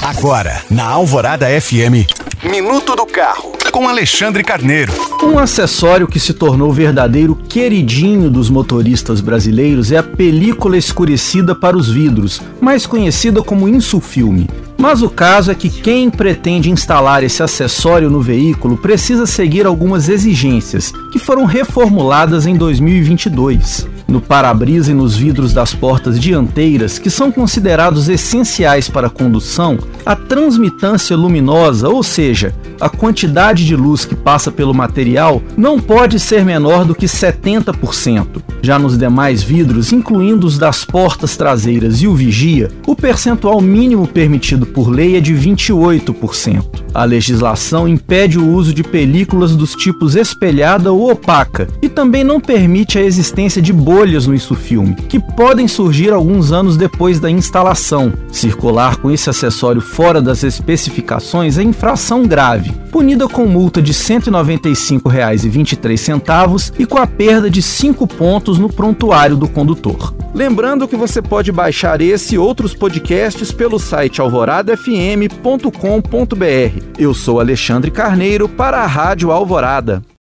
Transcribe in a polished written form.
Agora, na Alvorada FM, Minuto do Carro, com Alexandre Carneiro. Um acessório que se tornou verdadeiro queridinho dos motoristas brasileiros é a película escurecida para os vidros, mais conhecida como insulfilme. Mas o caso é que quem pretende instalar esse acessório no veículo precisa seguir algumas exigências, que foram reformuladas em 2022. No para-brisa e nos vidros das portas dianteiras, que são considerados essenciais para a condução, a transmitância luminosa, ou seja, a quantidade de luz que passa pelo material, não pode ser menor do que 70%. Já nos demais vidros, incluindo os das portas traseiras e o vigia, o percentual mínimo permitido por lei é de 28%. A legislação impede o uso de películas dos tipos espelhada ou opaca e também não permite a existência de bolhas no insulfilme, que podem surgir alguns anos depois da instalação. Circular com esse acessório fora das especificações é infração grave, punida com multa de R$ 195,23 e com a perda de 5 pontos no prontuário do condutor. Lembrando que você pode baixar esse e outros podcasts pelo site alvoradafm.com.br. Eu sou Alexandre Carneiro para a Rádio Alvorada.